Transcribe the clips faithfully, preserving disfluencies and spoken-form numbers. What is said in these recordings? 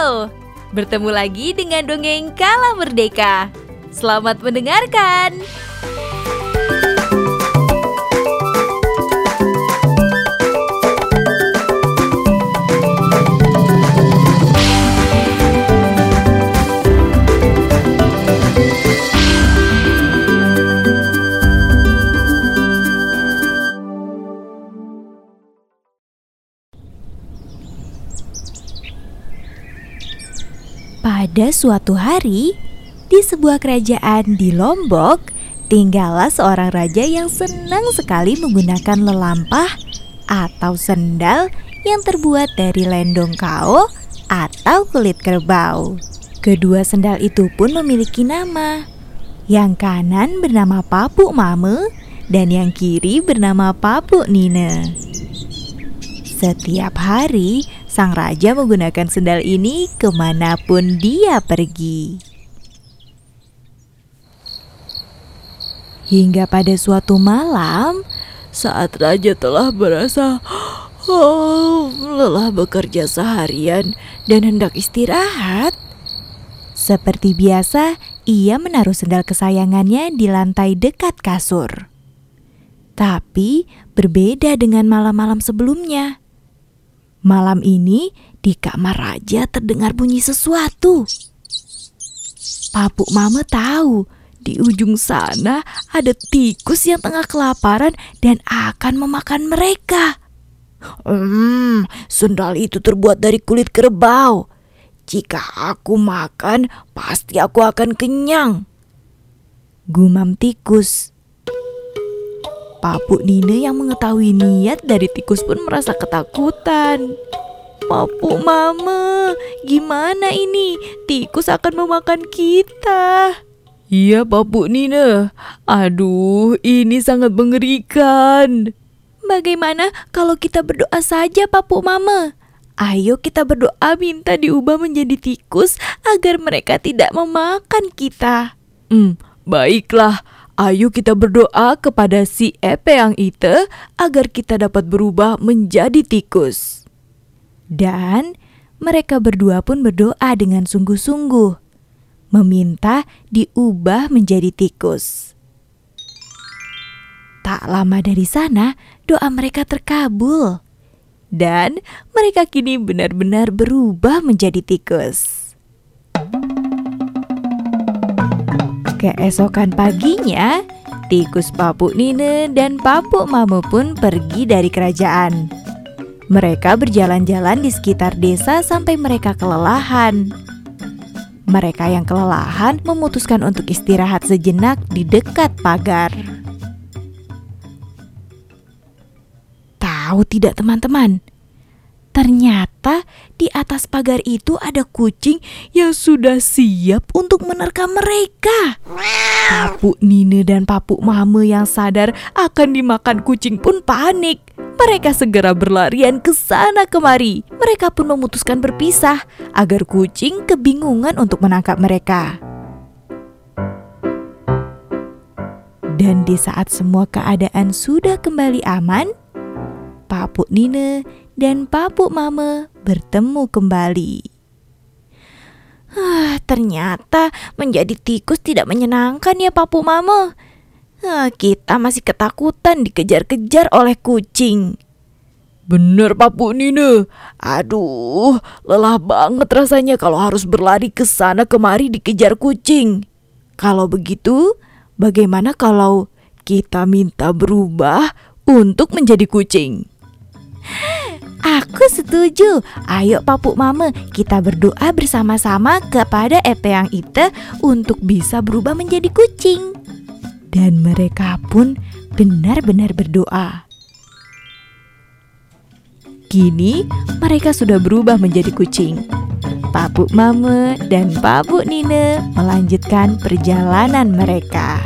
bertemu lagi dengan Dongeng Kala Merdeka. Selamat mendengarkan. Pada suatu hari, di sebuah kerajaan di Lombok, tinggallah seorang raja yang senang sekali menggunakan lelampah atau sendal yang terbuat dari lendong kao atau kulit kerbau. Kedua sendal itu pun memiliki nama. Yang kanan bernama Papuk Mame dan yang kiri bernama Papuk Nine. Setiap hari, sang raja menggunakan sendal ini kemanapun dia pergi. Hingga pada suatu malam, saat raja telah merasa oh, lelah bekerja seharian dan hendak istirahat, seperti biasa, ia menaruh sendal kesayangannya di lantai dekat kasur. Tapi berbeda dengan malam-malam sebelumnya. Malam ini di kamar raja terdengar bunyi sesuatu. Papuk Mame tahu di ujung sana ada tikus yang tengah kelaparan dan akan memakan mereka. Hmm, sendal itu terbuat dari kulit kerbau. Jika aku makan, pasti aku akan kenyang, gumam tikus. Papuk Nine yang mengetahui niat dari tikus pun merasa ketakutan. Papuk Mame, gimana ini? Tikus akan memakan kita. Iya Papuk Nine, aduh ini sangat mengerikan. Bagaimana kalau kita berdoa saja Papuk Mame? Ayo kita berdoa minta diubah menjadi tikus agar mereka tidak memakan kita. Hmm, baiklah. Ayo kita berdoa kepada si Epeyang Ite agar kita dapat berubah menjadi tikus. Dan mereka berdua pun berdoa dengan sungguh-sungguh, meminta diubah menjadi tikus. Tak lama dari sana, doa mereka terkabul. Dan mereka kini benar-benar berubah menjadi tikus. Keesokan paginya, tikus Papuk Nine dan Papuk Mame pun pergi dari kerajaan. Mereka berjalan-jalan di sekitar desa sampai mereka kelelahan. Mereka yang kelelahan memutuskan untuk istirahat sejenak di dekat pagar. Tahu tidak teman-teman? Ternyata di atas pagar itu ada kucing yang sudah siap untuk menerkam mereka. Papuk Nine dan Papuk Mame yang sadar akan dimakan kucing pun panik. Mereka segera berlarian ke sana kemari. Mereka pun memutuskan berpisah agar kucing kebingungan untuk menangkap mereka. Dan di saat semua keadaan sudah kembali aman, Papuk Nine dan Papuk Mame bertemu kembali. Ah, ternyata menjadi tikus tidak menyenangkan ya Papuk Mame. Ah, kita masih ketakutan dikejar-kejar oleh kucing. Bener Papuk Nine. Aduh, lelah banget rasanya kalau harus berlari ke sana kemari dikejar kucing. Kalau begitu, bagaimana kalau kita minta berubah untuk menjadi kucing? Aku setuju. Ayo Papuk Mame, kita berdoa bersama-sama kepada Epeyang Ite untuk bisa berubah menjadi kucing. Dan mereka pun benar-benar berdoa. Kini mereka sudah berubah menjadi kucing. Papuk Mame dan Papuk Nine melanjutkan perjalanan mereka.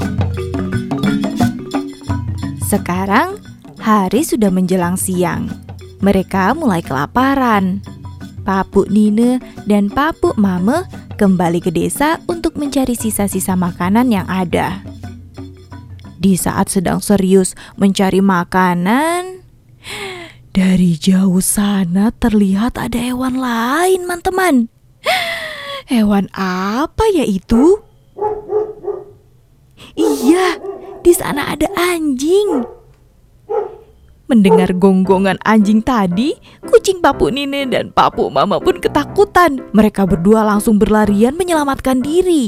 Sekarang hari sudah menjelang siang. Mereka mulai kelaparan. Papuk Nine dan Papuk Mame kembali ke desa untuk mencari sisa-sisa makanan yang ada. Di saat sedang serius mencari makanan, dari jauh sana terlihat ada hewan lain, teman-teman. Hewan apa ya itu? Iya, di sana ada anjing. Mendengar gonggongan anjing tadi, kucing Papu Nine dan Papu Mama pun ketakutan. Mereka berdua langsung berlarian menyelamatkan diri.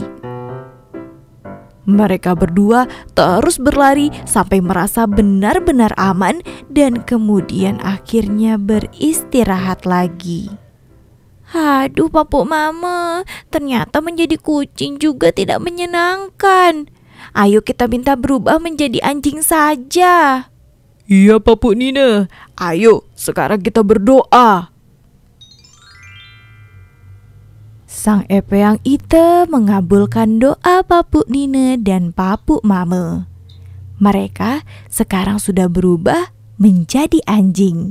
Mereka berdua terus berlari sampai merasa benar-benar aman dan kemudian akhirnya beristirahat lagi. Aduh Papu Mama, ternyata menjadi kucing juga tidak menyenangkan. Ayo kita minta berubah menjadi anjing saja. Iya Papu Nine, ayo sekarang kita berdoa. Sang Epeyang Ite mengabulkan doa Papu Nine dan Papu Mame. Mereka sekarang sudah berubah menjadi anjing.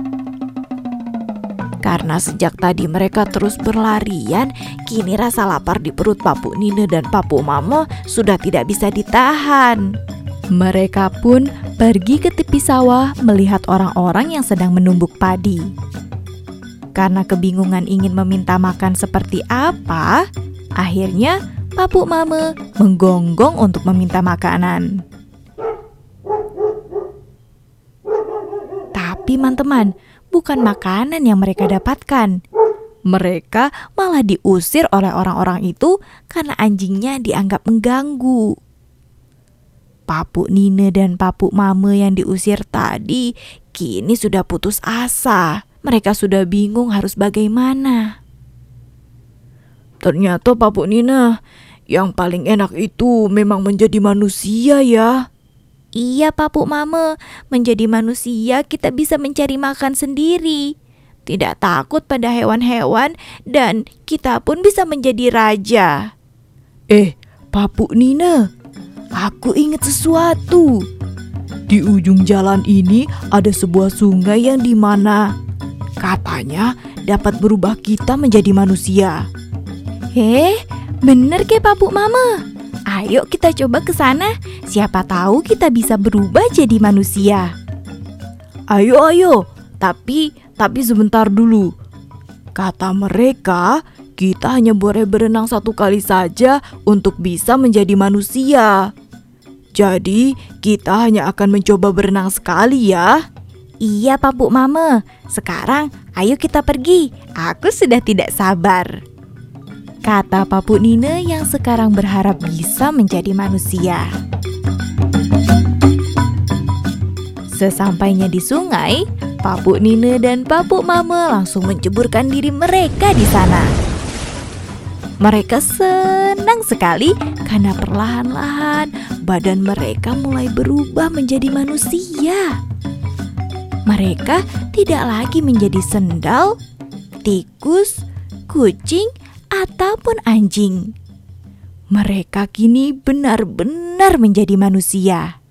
Karena sejak tadi mereka terus berlarian, kini rasa lapar di perut Papu Nine dan Papu Mame sudah tidak bisa ditahan. Mereka pun pergi ke tepi sawah melihat orang-orang yang sedang menumbuk padi. Karena kebingungan ingin meminta makan seperti apa, akhirnya Papu Mame menggonggong untuk meminta makanan. Tapi teman-teman, bukan makanan yang mereka dapatkan. Mereka malah diusir oleh orang-orang itu karena anjingnya dianggap mengganggu. Papu Nine dan Papu Mame yang diusir tadi kini sudah putus asa. Mereka sudah bingung harus bagaimana. Ternyata Papu Nine, yang paling enak itu memang menjadi manusia ya. Iya Papu Mame, menjadi manusia kita bisa mencari makan sendiri. Tidak takut pada hewan-hewan dan kita pun bisa menjadi raja. Eh, Papu Nine, aku ingat sesuatu. Di ujung jalan ini ada sebuah sungai yang dimana katanya dapat berubah kita menjadi manusia. Eh, bener ke Papu Mame? Ayo kita coba ke sana. Siapa tahu kita bisa berubah jadi manusia. Ayo, ayo. Tapi, tapi sebentar dulu. Kata mereka, kita hanya boleh berenang satu kali saja untuk bisa menjadi manusia. Jadi, kita hanya akan mencoba berenang sekali ya. Iya Papu Mame, sekarang ayo kita pergi. Aku sudah tidak sabar. Kata Papu Nine yang sekarang berharap bisa menjadi manusia. Sesampainya di sungai, Papu Nine dan Papu Mame langsung menceburkan diri mereka di sana. Mereka senang sekali karena perlahan-lahan badan mereka mulai berubah menjadi manusia. Mereka tidak lagi menjadi sendal, tikus, kucing, ataupun anjing. Mereka kini benar-benar menjadi manusia.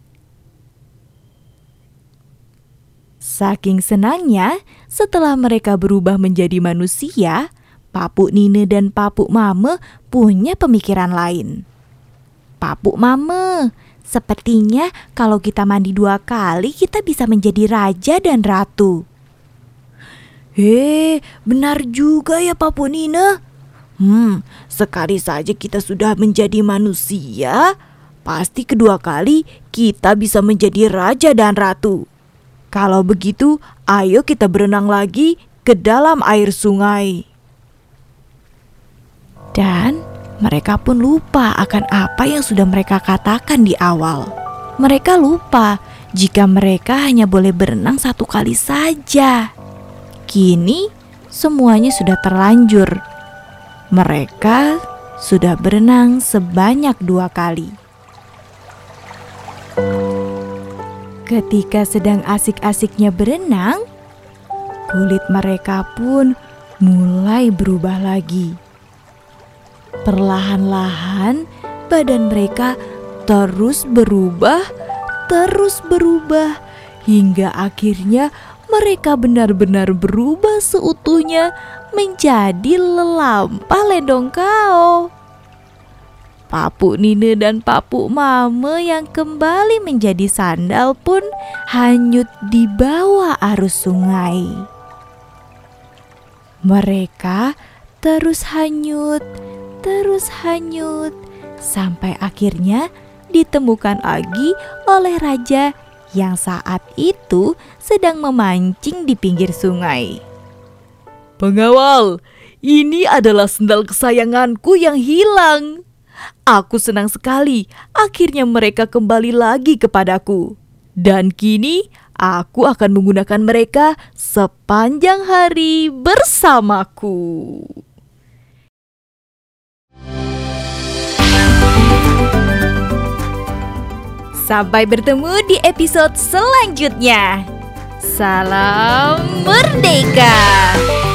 Saking senangnya, setelah mereka berubah menjadi manusia, Papu Nine dan Papu Mame punya pemikiran lain. Papu Mame, sepertinya kalau kita mandi dua kali kita bisa menjadi raja dan ratu. Hei, benar juga ya Papu Nine. Hmm, sekali saja kita sudah menjadi manusia, pasti kedua kali kita bisa menjadi raja dan ratu. Kalau begitu, ayo kita berenang lagi ke dalam air sungai. Dan mereka pun lupa akan apa yang sudah mereka katakan di awal. Mereka lupa jika mereka hanya boleh berenang satu kali saja. Kini semuanya sudah terlanjur. Mereka sudah berenang sebanyak dua kali. Ketika sedang asik-asiknya berenang, kulit mereka pun mulai berubah lagi. Perlahan-lahan badan mereka terus berubah, terus berubah, hingga akhirnya mereka benar-benar berubah seutuhnya menjadi lelampah Lendongkao. Papu Nine dan Papu Mame yang kembali menjadi sandal pun hanyut di bawah arus sungai. Mereka terus hanyut, terus hanyut, sampai akhirnya ditemukan lagi oleh raja yang saat itu sedang memancing di pinggir sungai. Pengawal, ini adalah sendal kesayanganku yang hilang. Aku senang sekali akhirnya mereka kembali lagi kepadaku. Dan kini aku akan menggunakan mereka sepanjang hari bersamaku. Sampai bertemu di episode selanjutnya. Salam merdeka!